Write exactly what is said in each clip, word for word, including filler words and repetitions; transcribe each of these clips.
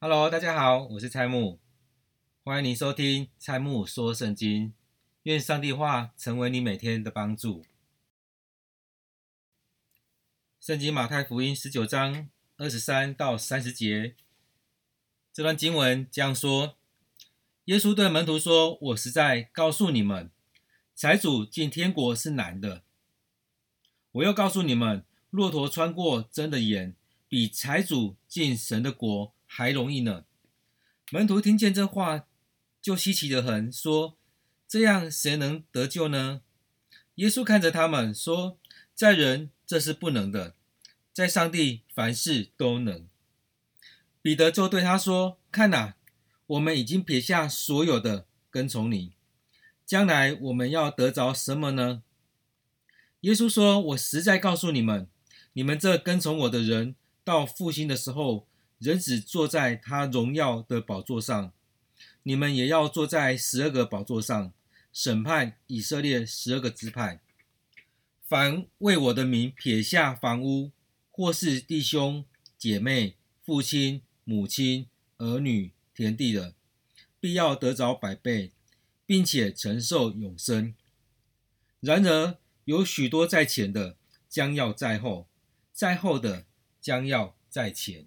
Hello，大家好，我是蔡木，欢迎您收听蔡木说圣经，愿上帝话成为你每天的帮助。圣经马太福音十九章二十三到三十节，这段经文这样说：耶稣对门徒说：“我实在告诉你们，财主进天国是难的。我又告诉你们，骆驼穿过针的眼，比财主进神的国还容易呢。”门徒听见这话，就稀奇得很，说：“这样谁能得救呢？”耶稣看着他们说：“在人这是不能的，在上帝凡事都能。”彼得就对他说：“看哪，我们已经撇下所有的，跟从你，将来我们要得着什么呢？”耶稣说：“我实在告诉你们，你们这跟从我的人，到复兴的时候，人子坐在他荣耀的宝座上，你们也要坐在十二个宝座上，审判以色列十二个支派。凡为我的名撇下房屋，或是弟兄姐妹、父亲母亲、儿女、田地的，必要得着百倍，并且承受永生。然而有许多在前的，将要在后；在后的，将要在前。”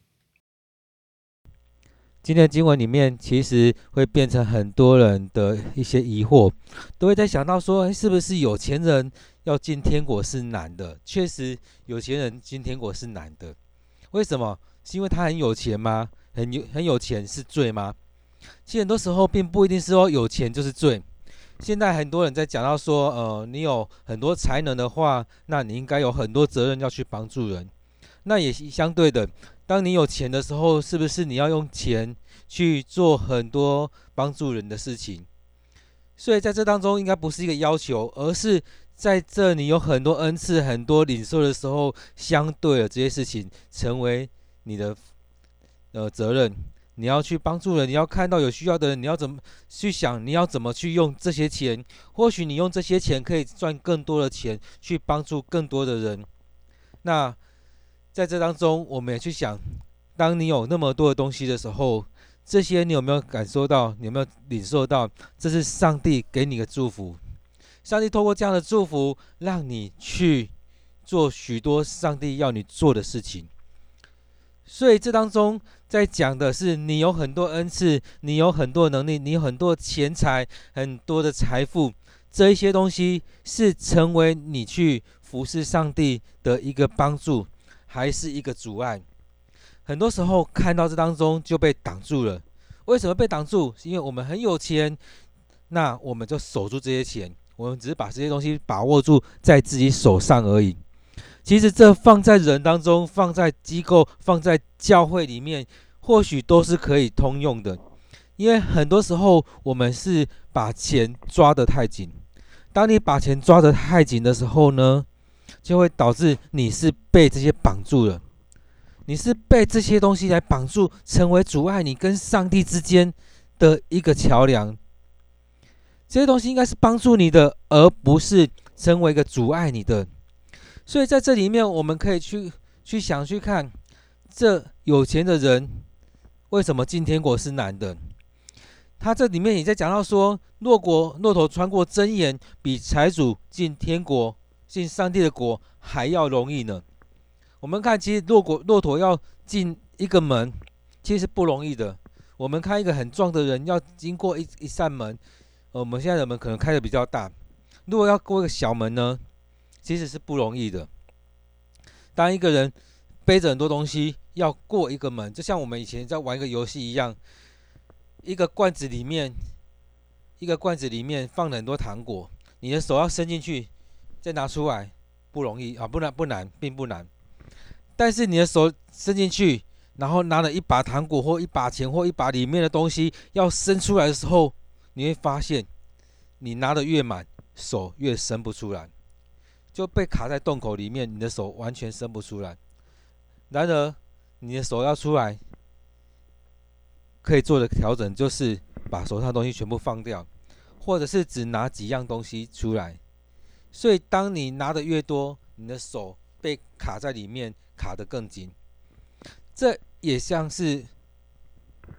今天的经文里面，其实会变成很多人的一些疑惑，都会在想到说，是不是有钱人要进天国是难的？确实，有钱人进天国是难的。为什么？是因为他很有钱吗？很有很有钱是罪吗？其实很多时候并不一定是说有钱就是罪。现在很多人在讲到说，呃，你有很多才能的话，那你应该有很多责任要去帮助人。那也相对的，当你有钱的时候，是不是你要用钱去做很多帮助人的事情？所以在这当中，应该不是一个要求，而是在这你有很多恩赐、很多领受的时候，相对的这些事情成为你的呃责任。你要去帮助人，你要看到有需要的人，你要怎么去想？你要怎么去用这些钱？或许你用这些钱可以赚更多的钱，去帮助更多的人。那在这当中，我们也去想，当你有那么多的东西的时候，这些你有没有感受到？你有没有领受到？这是上帝给你的祝福。上帝透过这样的祝福，让你去做许多上帝要你做的事情。所以这当中在讲的是，你有很多恩赐，你有很多能力，你有很多钱财，很多的财富，这一些东西是成为你去服侍上帝的一个帮助，还是一个阻碍？很多时候看到这当中就被挡住了。为什么被挡住？是因为我们很有钱，那我们就守住这些钱，我们只是把这些东西把握住在自己手上而已。其实这放在人当中，放在机构，放在教会里面，或许都是可以通用的。因为很多时候我们是把钱抓得太紧，当你把钱抓得太紧的时候呢，就会导致你是被这些绑住了，你是被这些东西来绑住，成为阻碍你跟上帝之间的一个桥梁。这些东西应该是帮助你的，而不是成为一个阻碍你的。所以在这里面，我们可以去去想去看，这有钱的人为什么进天国是难的？他这里面也在讲到说，骆驼骆驼穿过针眼，比财主进天国、进上帝的国还要容易呢。我们看，其实骆驼骆驼要进一个门，其实是不容易的。我们看一个很壮的人要经过一一扇门，呃，我们现在的门可能开的比较大，如果要过一个小门呢，其实是不容易的。当一个人背着很多东西要过一个门，就像我们以前在玩一个游戏一样，一个罐子里面，一个罐子里面放了很多糖果，你的手要伸进去，再拿出来，不容易啊，不难不难，并不难。但是你的手伸进去，然后拿了一把糖果或一把钱或一把里面的东西要伸出来的时候，你会发现，你拿的越满，手越伸不出来。就被卡在洞口里面，你的手完全伸不出来。然而，你的手要出来，可以做的调整就是把手上的东西全部放掉，或者是只拿几样东西出来。所以，当你拿的越多，你的手被卡在里面，卡得更紧。这也像是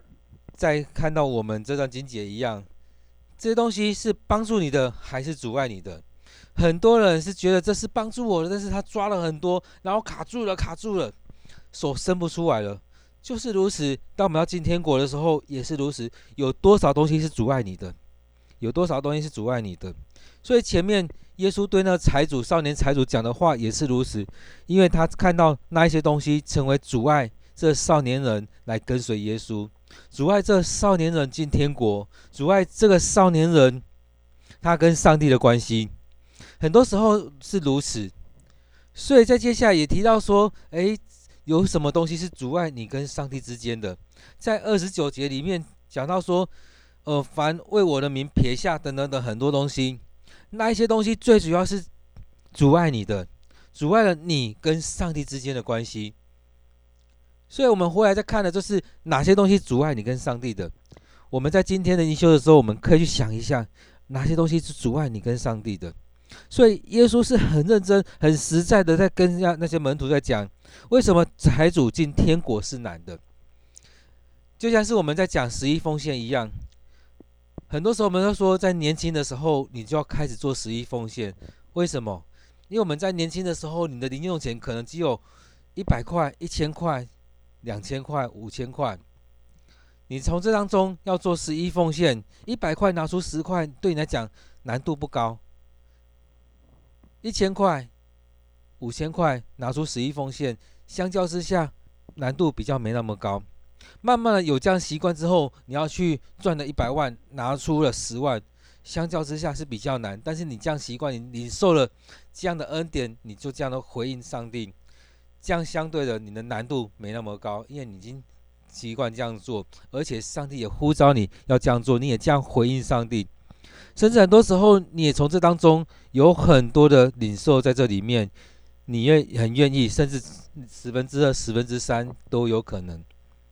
在看到我们这段经节一样，这些东西是帮助你的还是阻碍你的？很多人是觉得这是帮助我的，但是他抓了很多，然后卡住了，卡住了，手伸不出来了。就是如此，当我们要进天国的时候，也是如此。有多少东西是阻碍你的？有多少东西是阻碍你的？所以前面耶稣对那个财主、少年财主讲的话也是如此，因为他看到那一些东西成为阻碍这少年人来跟随耶稣，阻碍这少年人进天国，阻碍这个少年人他跟上帝的关系。很多时候是如此，所以在接下来也提到说，诶，有什么东西是阻碍你跟上帝之间的？在二十九节里面讲到说，呃，凡为我的名撇下等等等很多东西，那一些东西最主要是阻碍你的，阻碍了你跟上帝之间的关系。所以我们回来再看的就是哪些东西阻碍你跟上帝的。我们在今天的灵修的时候，我们可以去想一下，哪些东西是阻碍你跟上帝的。所以耶稣是很认真很实在的在跟那些门徒在讲，为什么财主进天国是难的。就像是我们在讲十一奉献一样，很多时候我们都说在年轻的时候你就要开始做十一奉献。为什么？因为我们在年轻的时候，你的零用钱可能只有一百块、一千块、两千块、五千块，你从这当中要做十一奉献，一百块拿出十块，对你来讲难度不高。一千块、五千块拿出十一奉献，相较之下难度比较没那么高。慢慢的有这样习惯之后，你要去赚了一百万，拿出了十万，相较之下是比较难。但是你这样习惯，你你受了这样的恩典，你就这样的回应上帝，这样相对的你的难度没那么高，因为你已经习惯这样做，而且上帝也呼召你要这样做，你也这样回应上帝。甚至很多时候你也从这当中有很多的领受在这里面，你也很愿意，甚至十分之二、十分之三都有可能。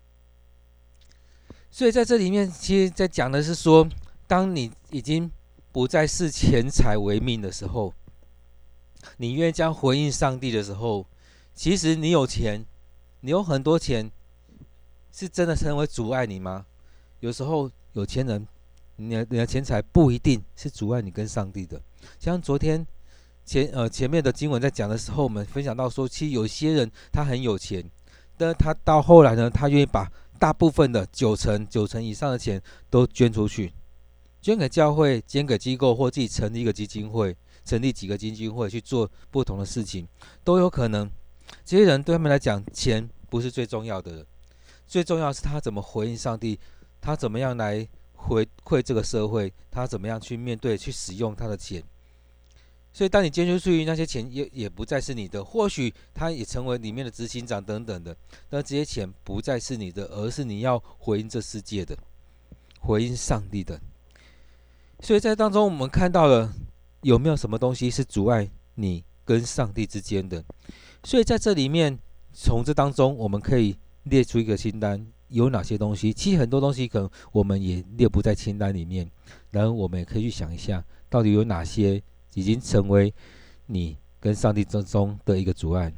所以在这里面其实在讲的是说，当你已经不再视钱财为命的时候，你愿意这样回应上帝的时候，其实你有钱，你有很多钱，是真的成为阻碍你吗？有时候有钱人你的, 你的钱财不一定是阻碍你跟上帝的。像昨天 前, 呃前面的经文在讲的时候，我们分享到说，其实有些人他很有钱，但他到后来呢，他愿意把大部分的九成九成以上的钱都捐出去，捐给教会，捐给机构，或自己成立一个基金会，成立几个基金会去做不同的事情，都有可能。这些人对他们来讲，钱不是最重要的，最重要的是他怎么回应上帝，他怎么样来回馈这个社会，他怎么样去面对去使用他的钱。所以当你捐出去，那些钱 也, 也不再是你的，或许他也成为里面的执行长等等的，但这些钱不再是你的，而是你要回应这世界的，回应上帝的。所以在当中我们看到了有没有什么东西是阻碍你跟上帝之间的。所以在这里面，从这当中我们可以列出一个清单，有哪些东西。其实很多东西可能我们也列不在清单里面，然后我们也可以去想一下，到底有哪些已经成为你跟上帝之中的一个阻碍。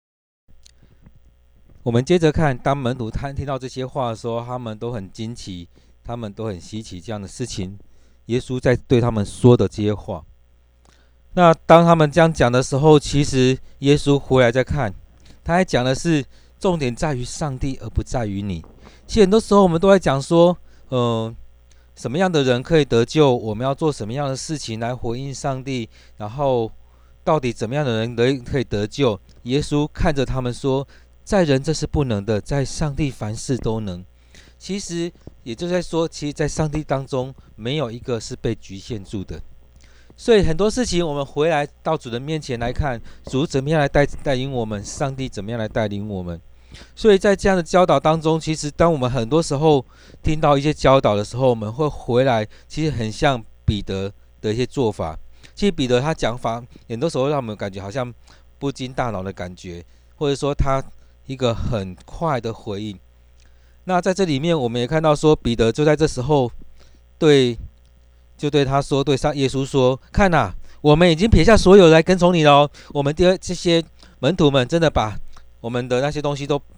我们接着看，当门徒听到这些话的时候，他们都很惊奇，他们都很稀奇这样的事情。耶稣在对他们说的这些话，那当他们这样讲的时候，其实耶稣回来再看，他还讲的是重点在于上帝，而不在于你。其实很多时候我们都在讲说，呃，什么样的人可以得救？我们要做什么样的事情来回应上帝？然后到底怎么样的人可以得救？耶稣看着他们说，在人这是不能的，在上帝凡事都能。其实也就在说，其实在上帝当中没有一个是被局限住的。所以很多事情我们回来到主的面前来看，主怎么样来 带, 带领我们，上帝怎么样来带领我们。所以在这样的教导当中，其实当我们很多时候听到一些教导的时候，我们会回来，其实很像彼得的一些做法。其实彼得他讲法很多时候让我们感觉好像不经大脑的感觉，或者说他一个很快的回应。那在这里面我们也看到说，彼得就在这时候对就对他说，对上耶稣说，看啊，我们已经撇下所有来跟从你了哦。我们这些门徒们真的把我们的那些东西都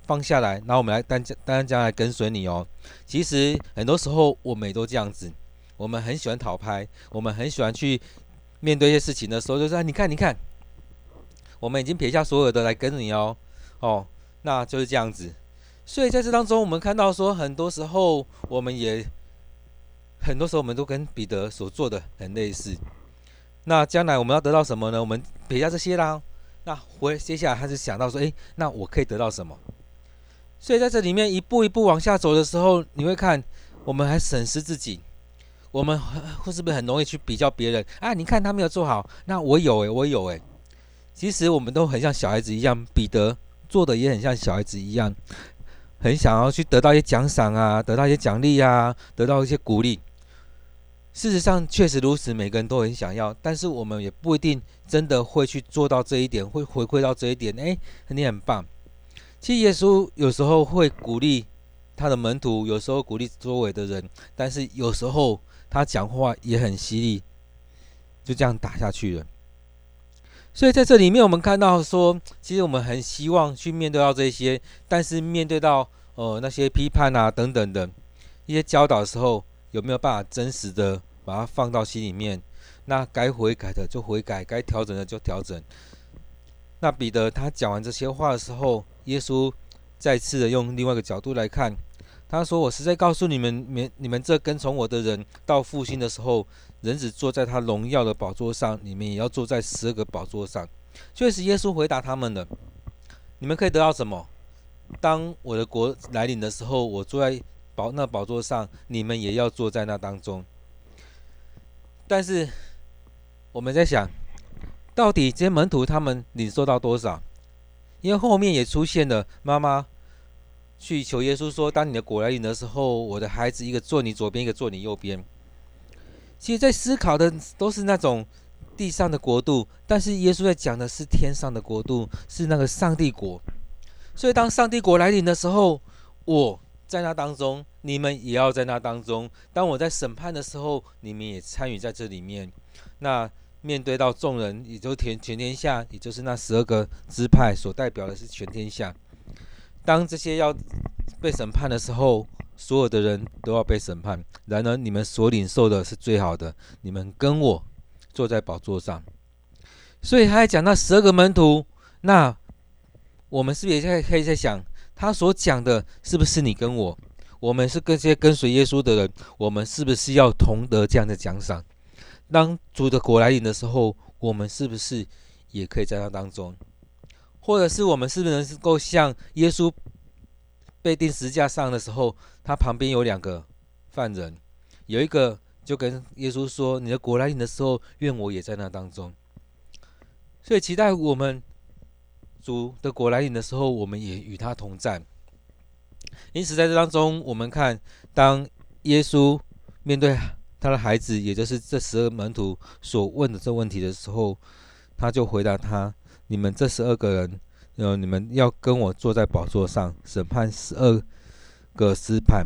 放下来，然后我们来单单将来跟随你哦。其实很多时候我们也都这样子，我们很喜欢讨拍，我们很喜欢去面对一些事情的时候，就是、啊、你看你看，我们已经撇下所有的来跟你哦，哦，那就是这样子。所以在这当中，我们看到说，很多时候我们也很多时候我们都跟彼得所做的很类似。那将来我们要得到什么呢？我们撇下这些啦，那回接下来他就想到说，诶，那我可以得到什么？所以在这里面一步一步往下走的时候，你会看，我们还审视自己，我们会是不是很容易去比较别人啊？你看他没有做好，那我有诶，我有诶。其实我们都很像小孩子一样，彼得做的也很像小孩子一样，很想要去得到一些奖赏啊，得到一些奖励啊，得到一些鼓励。事实上确实如此，每个人都很想要，但是我们也不一定真的会去做到这一点，会回馈到这一点。诶，你很棒。其实耶稣有时候会鼓励他的门徒，有时候鼓励周围的人，但是有时候他讲话也很犀利，就这样打下去了。所以在这里面我们看到说，其实我们很希望去面对到这些，但是面对到呃那些批判啊等等的一些教导的时候，有没有办法真实的把它放到心里面？那该悔改的就悔改，该调整的就调整。那彼得他讲完这些话的时候，耶稣再次的用另外一个角度来看，他说：“我实在告诉你们，你们这跟从我的人，到复兴的时候，人子坐在他荣耀的宝座上，你们也要坐在十二个宝座上。”确实，耶稣回答他们了：“你们可以得到什么？当我的国来临的时候，我坐在宝那宝座上，你们也要坐在那当中。”但是我们在想，到底这些门徒他们领受到多少？因为后面也出现了妈妈去求耶稣说，当你的国来临的时候，我的孩子一个坐你左边，一个坐你右边。其实在思考的都是那种地上的国度，但是耶稣在讲的是天上的国度，是那个上帝国。所以当上帝国来临的时候，我在那当中，你们也要在那当中。当我在审判的时候，你们也参与在这里面。那面对到众人，也就是全天下，也就是那十二个支派所代表的是全天下。当这些要被审判的时候，所有的人都要被审判。然而你们所领受的是最好的，你们跟我坐在宝座上。所以他还讲到十二个门徒，那我们是不是也可以在想，他所讲的是不是你跟我？我们是跟这些跟随耶稣的人，我们是不是要同得这样的奖赏？当主的国来临的时候，我们是不是也可以在那当中？或者是我们是不是能够像耶稣被钉十字架上的时候，他旁边有两个犯人，有一个就跟耶稣说：“你的国来临的时候，愿我也在那当中。”所以期待我们主的国来临的时候，我们也与他同在。因此在这当中，我们看当耶稣面对他的孩子，也就是这十二门徒所问的这问题的时候，他就回答他：“你们这十二个人，呃，你们要跟我坐在宝座上，审判十二个支派。”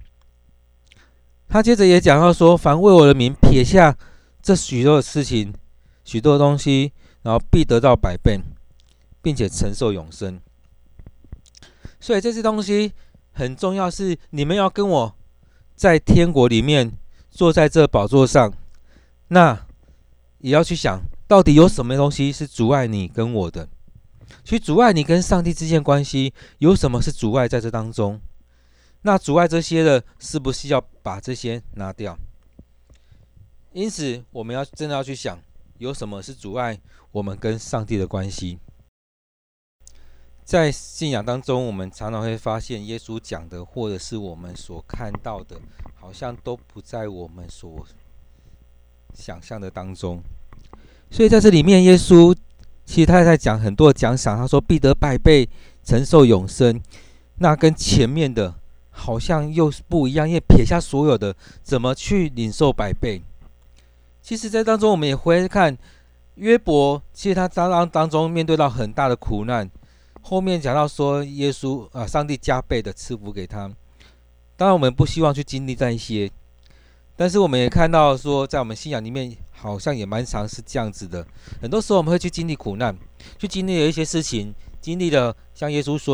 他接着也讲到说：“凡为我的名撇下这许多的事情、许多的东西，然后必得到百倍，并且承受永生。”所以这些东西很重要，是你们要跟我在天国里面坐在这宝座上，那也要去想，到底有什么东西是阻碍你跟我的？去阻碍你跟上帝之间关系，有什么是阻碍在这当中？那阻碍这些的，是不是要把这些拿掉？因此，我们要真的要去想，有什么是阻碍我们跟上帝的关系？在信仰当中，我们常常会发现，耶稣讲的，或者是我们所看到的，好像都不在我们所想象的当中。所以在这里面，耶稣其实他在讲很多的奖赏，他说必得百倍，承受永生。那跟前面的好像又不一样，因为撇下所有的，怎么去领受百倍？其实在当中，我们也会看约伯，其实他当当中面对到很大的苦难。后面讲到说，耶稣啊，上帝加倍的赐福给他。当然，我们不希望去经历这一些，但是我们也看到说，在我们信仰里面，好像也蛮常是这样子的。很多时候我们会去经历苦难，去经历了一些事情，经历了像耶稣说的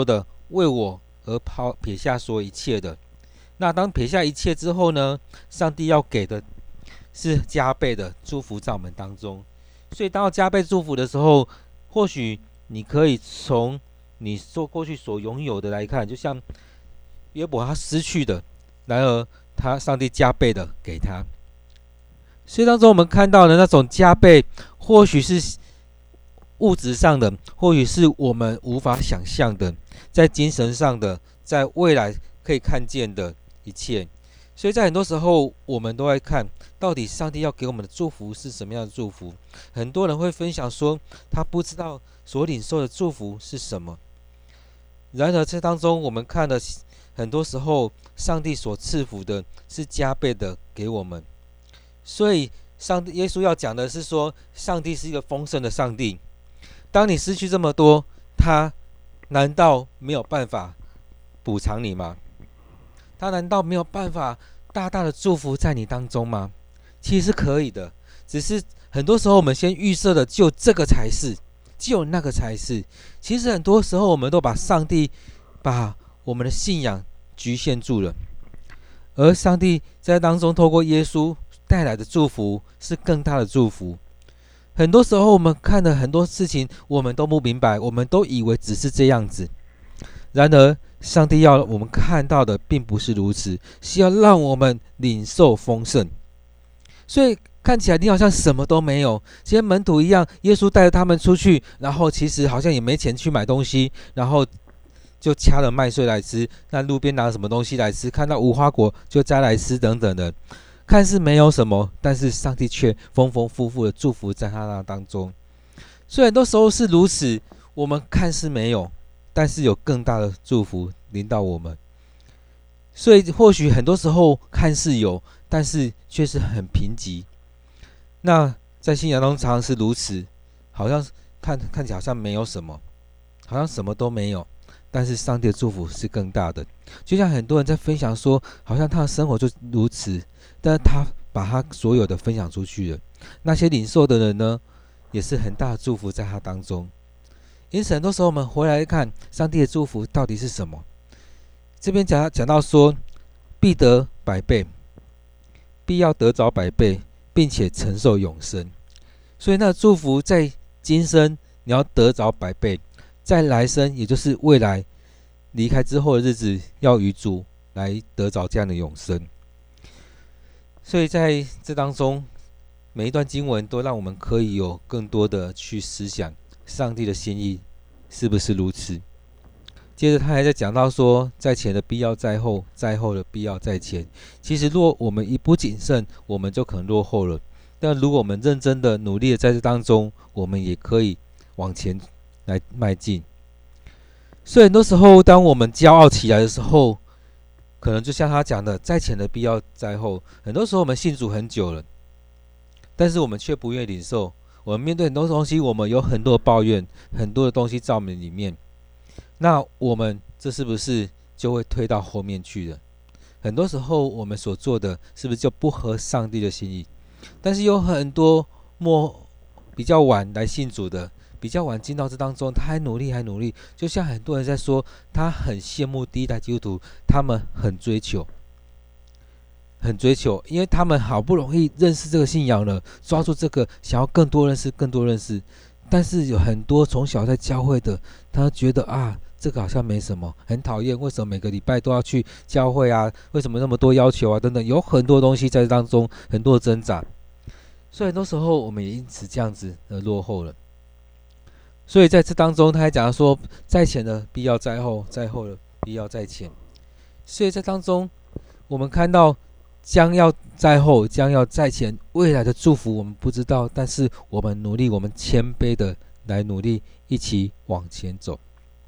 为我而抛撇下所有一切的。那当撇下一切之后呢，上帝要给的是加倍的祝福在我们当中。所以当要加倍祝福的时候，或许你可以从你所过去所拥有的来看，就像约伯他失去的，然而他上帝加倍的给他。所以当中我们看到的那种加倍，或许是物质上的，或许是我们无法想象的，在精神上的，在未来可以看见的一切。所以在很多时候我们都在看到底上帝要给我们的祝福是什么样的祝福。很多人会分享说他不知道所领受的祝福是什么，然而这当中我们看的很多时候上帝所赐福的是加倍的给我们。所以上帝耶稣要讲的是说，上帝是一个丰盛的上帝。当你失去这么多，他难道没有办法补偿你吗？他难道没有办法大大的祝福在你当中吗？其实是可以的，只是很多时候我们先预设的就这个才是，就那个才是。其实很多时候我们都把上帝把我们的信仰局限住了，而上帝在当中透过耶稣带来的祝福是更大的祝福。很多时候我们看的很多事情我们都不明白，我们都以为只是这样子，然而上帝要我们看到的并不是如此，是要让我们领受丰盛。所以看起来你好像什么都没有，这些门徒一样，耶稣带着他们出去，然后其实好像也没钱去买东西，然后就掐了麦穗来吃，那路边拿什么东西来吃，看到无花果就摘来吃等等的，看似没有什么，但是上帝却丰丰富富的祝福在他那当中。所以很多时候是如此，我们看似没有，但是有更大的祝福临到我们。所以或许很多时候看似有，但是却是很贫瘠。那在信仰中常常是如此，好像 看, 看起来好像没有什么，好像什么都没有，但是上帝的祝福是更大的。就像很多人在分享说，好像他的生活就如此，但是他把他所有的分享出去了，那些领受的人呢，也是很大的祝福在他当中。因此很多时候我们回来看上帝的祝福到底是什么。这边 讲, 讲到说必得百倍，必要得着百倍，并且承受永生。所以那个祝福在今生你要得着百倍，在来生也就是未来离开之后的日子，要与主来得着这样的永生。所以在这当中每一段经文都让我们可以有更多的去思想上帝的心意是不是如此。接着他还在讲到说，在前的必要在后，在后的必要在前。其实若我们一不谨慎，我们就可能落后了，但如果我们认真的努力的在这当中，我们也可以往前来迈进。所以很多时候当我们骄傲起来的时候，可能就像他讲的，在前的必要在后。很多时候我们信主很久了，但是我们却不愿意领受。我们面对很多东西，我们有很多的抱怨，很多的东西在我们里面，那我们这是不是就会推到后面去了？很多时候我们所做的是不是就不合上帝的心意？但是有很多末比较晚来信主的，比较晚进到这当中，他还努力还努力，就像很多人在说，他很羡慕第一代基督徒，他们很追求很追求，因为他们好不容易认识这个信仰了，抓住这个想要更多认识更多认识。但是有很多从小在教会的，他觉得啊，这个好像没什么，很讨厌，为什么每个礼拜都要去教会啊？为什么那么多要求啊？等等，有很多东西在当中，很多的挣扎。所以很多时候我们也因此这样子而落后了。所以在这当中他还讲说，在前的必要在后，在后的必要在前。所以在当中我们看到将要在后，将要在前，未来的祝福我们不知道，但是我们努力，我们谦卑的来努力，一起往前走。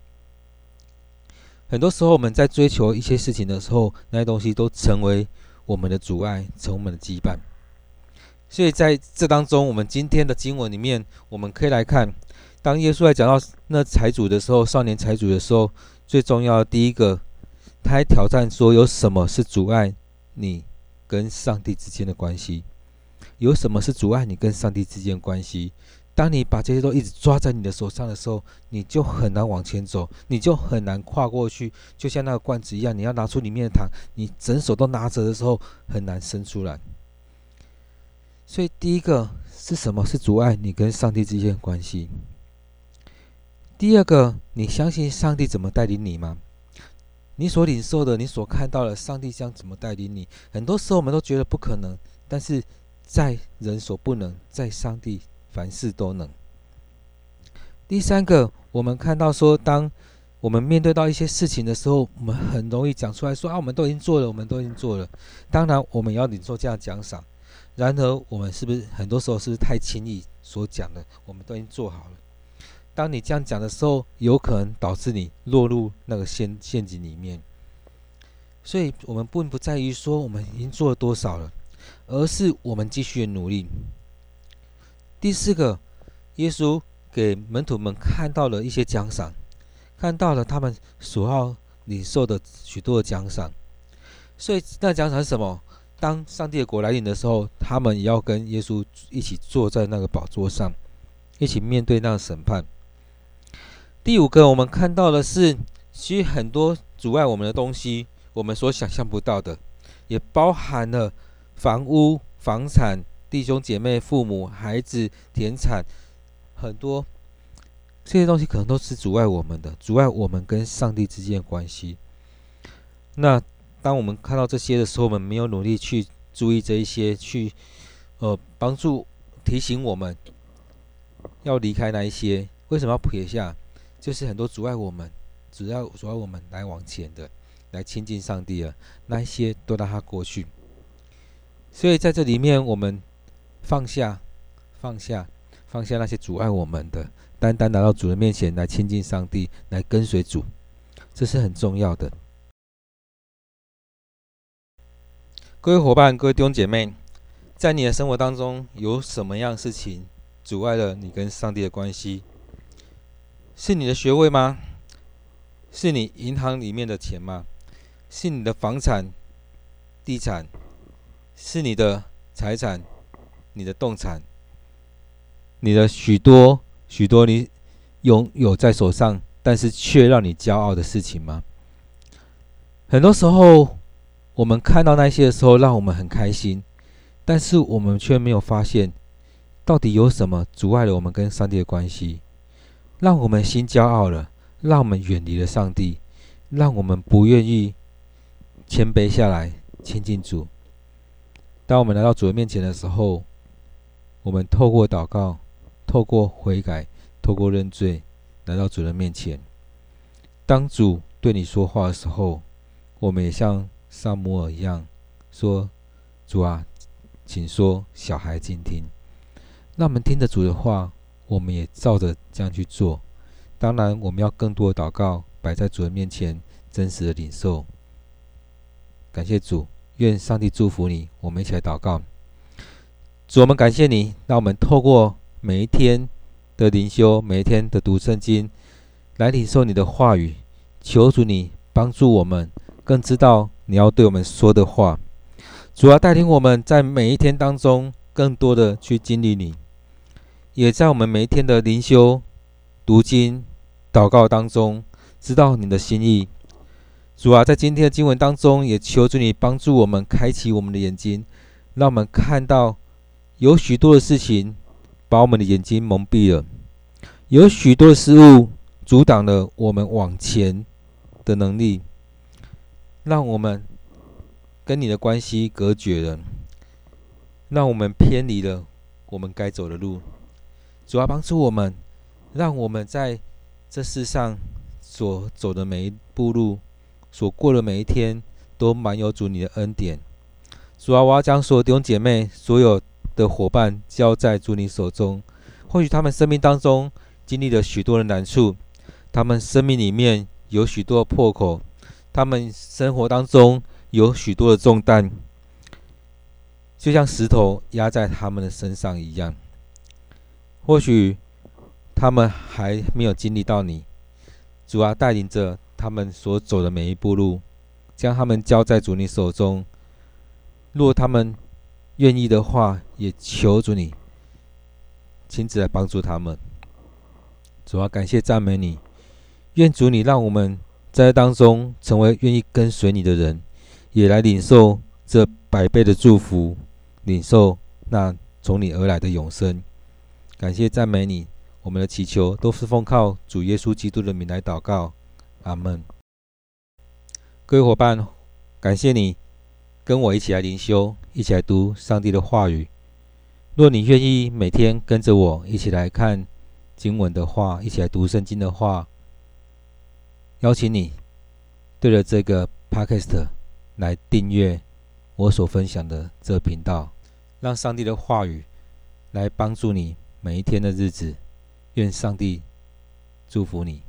很多时候我们在追求一些事情的时候，那些东西都成为我们的阻碍，成为我们的羁绊。所以在这当中，我们今天的经文里面，我们可以来看，当耶稣来讲到那财主的时候，少年财主的时候，最重要的第一个，他还挑战说，有什么是阻碍你跟上帝之间的关系？有什么是阻碍你跟上帝之间的关系？ 当你把这些都一直抓在你的手上的时候，你就很难往前走，你就很难跨过去。就像那个罐子一样，你要拿出里面的糖，你整手都拿着的时候，很难伸出来。所以第一个是什么？是阻碍你跟上帝之间的关系。第二个，你相信上帝怎么带领你吗？你所领受的，你所看到的，上帝将怎么带领你？很多时候我们都觉得不可能，但是在人所不能，在上帝凡事都能。第三个，我们看到说，当我们面对到一些事情的时候，我们很容易讲出来说啊，我们都已经做了，我们都已经做了。当然，我们也要领受这样的奖赏。然而，我们是不是很多时候是不是太轻易所讲的？我们都已经做好了。当你这样讲的时候，有可能导致你落入那个陷陷阱里面。所以，我们并不在于说我们已经做了多少了，而是我们继续的努力。第四个，耶稣给门徒们看到了一些奖赏，看到了他们所要领受的许多的奖赏。所以，那奖赏是什么？当上帝的国来临的时候，他们也要跟耶稣一起坐在那个宝座上，一起面对那个审判。第五个，我们看到的是，其实很多阻碍我们的东西，我们所想象不到的，也包含了房屋、房产、弟兄姐妹、父母、孩子、田产，很多这些东西可能都是阻碍我们的，阻碍我们跟上帝之间的关系。那当我们看到这些的时候，我们没有努力去注意这一些，去呃帮助提醒我们要离开那一些。为什么要撇下？就是很多阻碍我们，主要阻碍我们来往前的，来亲近上帝的那一些，都让它过去。所以在这里面，我们放下，放下，放下那些阻碍我们的，单单来到主的面前来亲近上帝，来跟随主，这是很重要的。各位伙伴，各位弟兄姐妹，在你的生活当中，有什么样的事情阻碍了你跟上帝的关系？是你的学位吗？是你银行里面的钱吗？是你的房产、地产？是你的财产、你的动产？你的许多许多你拥有在手上，但是却让你骄傲的事情吗？很多时候，我们看到那些的时候，让我们很开心，但是我们却没有发现，到底有什么阻碍了我们跟上帝的关系，让我们心骄傲了，让我们远离了上帝，让我们不愿意谦卑下来亲近主。当我们来到主的面前的时候，我们透过祷告，透过悔改，透过认罪，来到主的面前。当主对你说话的时候，我们也像撒母耳一样说，主啊，请说，小孩静听。让我们听着主的话，我们也照着这样去做。当然，我们要更多的祷告摆在主的面前，真实的领受。感谢主，愿上帝祝福你。我们一起来祷告。主，我们感谢你，让我们透过每一天的灵修，每一天的读圣经，来领受你的话语。求主你帮助我们，更知道你要对我们说的话。主要带领我们在每一天当中，更多的去经历你，也在我们每一天的灵修、读经、祷告当中，知道你的心意。主啊，在今天的经文当中，也求主你帮助我们开启我们的眼睛，让我们看到有许多的事情把我们的眼睛蒙蔽了，有许多的事物阻挡了我们往前的能力，让我们跟你的关系隔绝了，让我们偏离了我们该走的路。主啊，帮助我们，让我们在这世上所走的每一步路，所过的每一天，都满有主你的恩典。主啊，我要将所有弟兄姐妹、所有的伙伴交在主你手中。或许他们生命当中经历了许多的难处，他们生命里面有许多的破口，他们生活当中有许多的重担，就像石头压在他们的身上一样。或许他们还没有经历到你，主啊，带领着他们所走的每一步路，将他们交在主你手中。若他们愿意的话，也求主你亲自来帮助他们。主啊，感谢赞美你，愿主你让我们在当中成为愿意跟随你的人，也来领受这百倍的祝福，领受那从你而来的永生。感谢赞美你，我们的祈求都是奉靠主耶稣基督的名来祷告，阿们。各位伙伴，感谢你跟我一起来灵修，一起来读上帝的话语。若你愿意每天跟着我一起来看经文的话，一起来读圣经的话，邀请你对着这个 Podcast 来订阅我所分享的这个频道，让上帝的话语来帮助你每一天的日子。愿上帝祝福你。